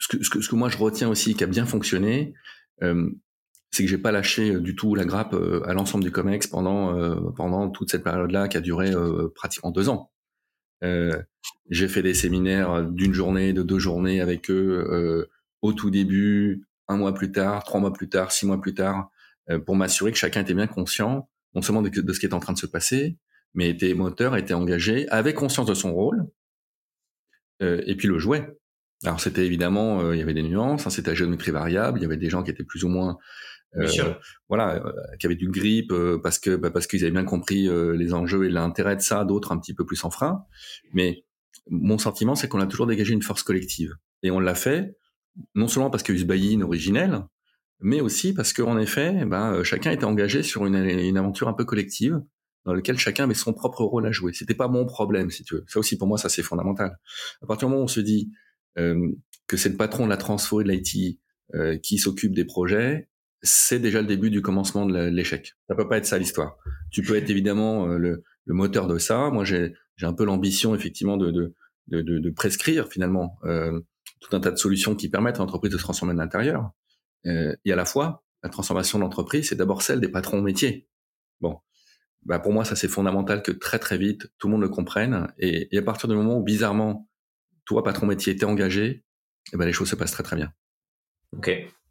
ce que moi je retiens aussi qui a bien fonctionné, c'est que j'ai pas lâché du tout la grappe à l'ensemble du Comex pendant toute cette période-là qui a duré pratiquement 2 ans. J'ai fait des séminaires d'une journée, de 2 journées avec eux au tout début, 1 mois plus tard, 3 mois plus tard, 6 mois plus tard, pour m'assurer que chacun était bien conscient, non seulement de ce qui est en train de se passer, mais était moteur, était engagé, avait conscience de son rôle, et puis le jouait. Alors c'était évidemment, il y avait des nuances, hein, c'était à géométrie variable, il y avait des gens qui étaient plus ou moins Bien sûr. qui avaient du grip parce qu'ils avaient bien compris les enjeux et l'intérêt de ça, d'autres un petit peu plus en frein. Mais mon sentiment, c'est qu'on a toujours dégagé une force collective. Et on l'a fait, non seulement parce qu'il y a eu ce buy-in originel, mais aussi parce qu'en effet, chacun était engagé sur une aventure un peu collective, dans laquelle chacun avait son propre rôle à jouer. C'était pas mon problème, si tu veux. Ça aussi, pour moi, ça c'est fondamental. À partir du moment où on se dit que c'est le patron de la transfo et de l'IT qui s'occupe des projets, c'est déjà le début du commencement de l'échec. Ça peut pas être ça l'histoire. Tu peux être évidemment le moteur de ça. Moi, j'ai un peu l'ambition effectivement de prescrire finalement tout un tas de solutions qui permettent à l'entreprise de se transformer de l'intérieur. Et à la fois, la transformation de l'entreprise, c'est d'abord celle des patrons métiers. Bon, pour moi, ça c'est fondamental que très très vite tout le monde le comprenne. Et à partir du moment où bizarrement, toi patron métier, t'es engagé, les choses se passent très très bien. Ok.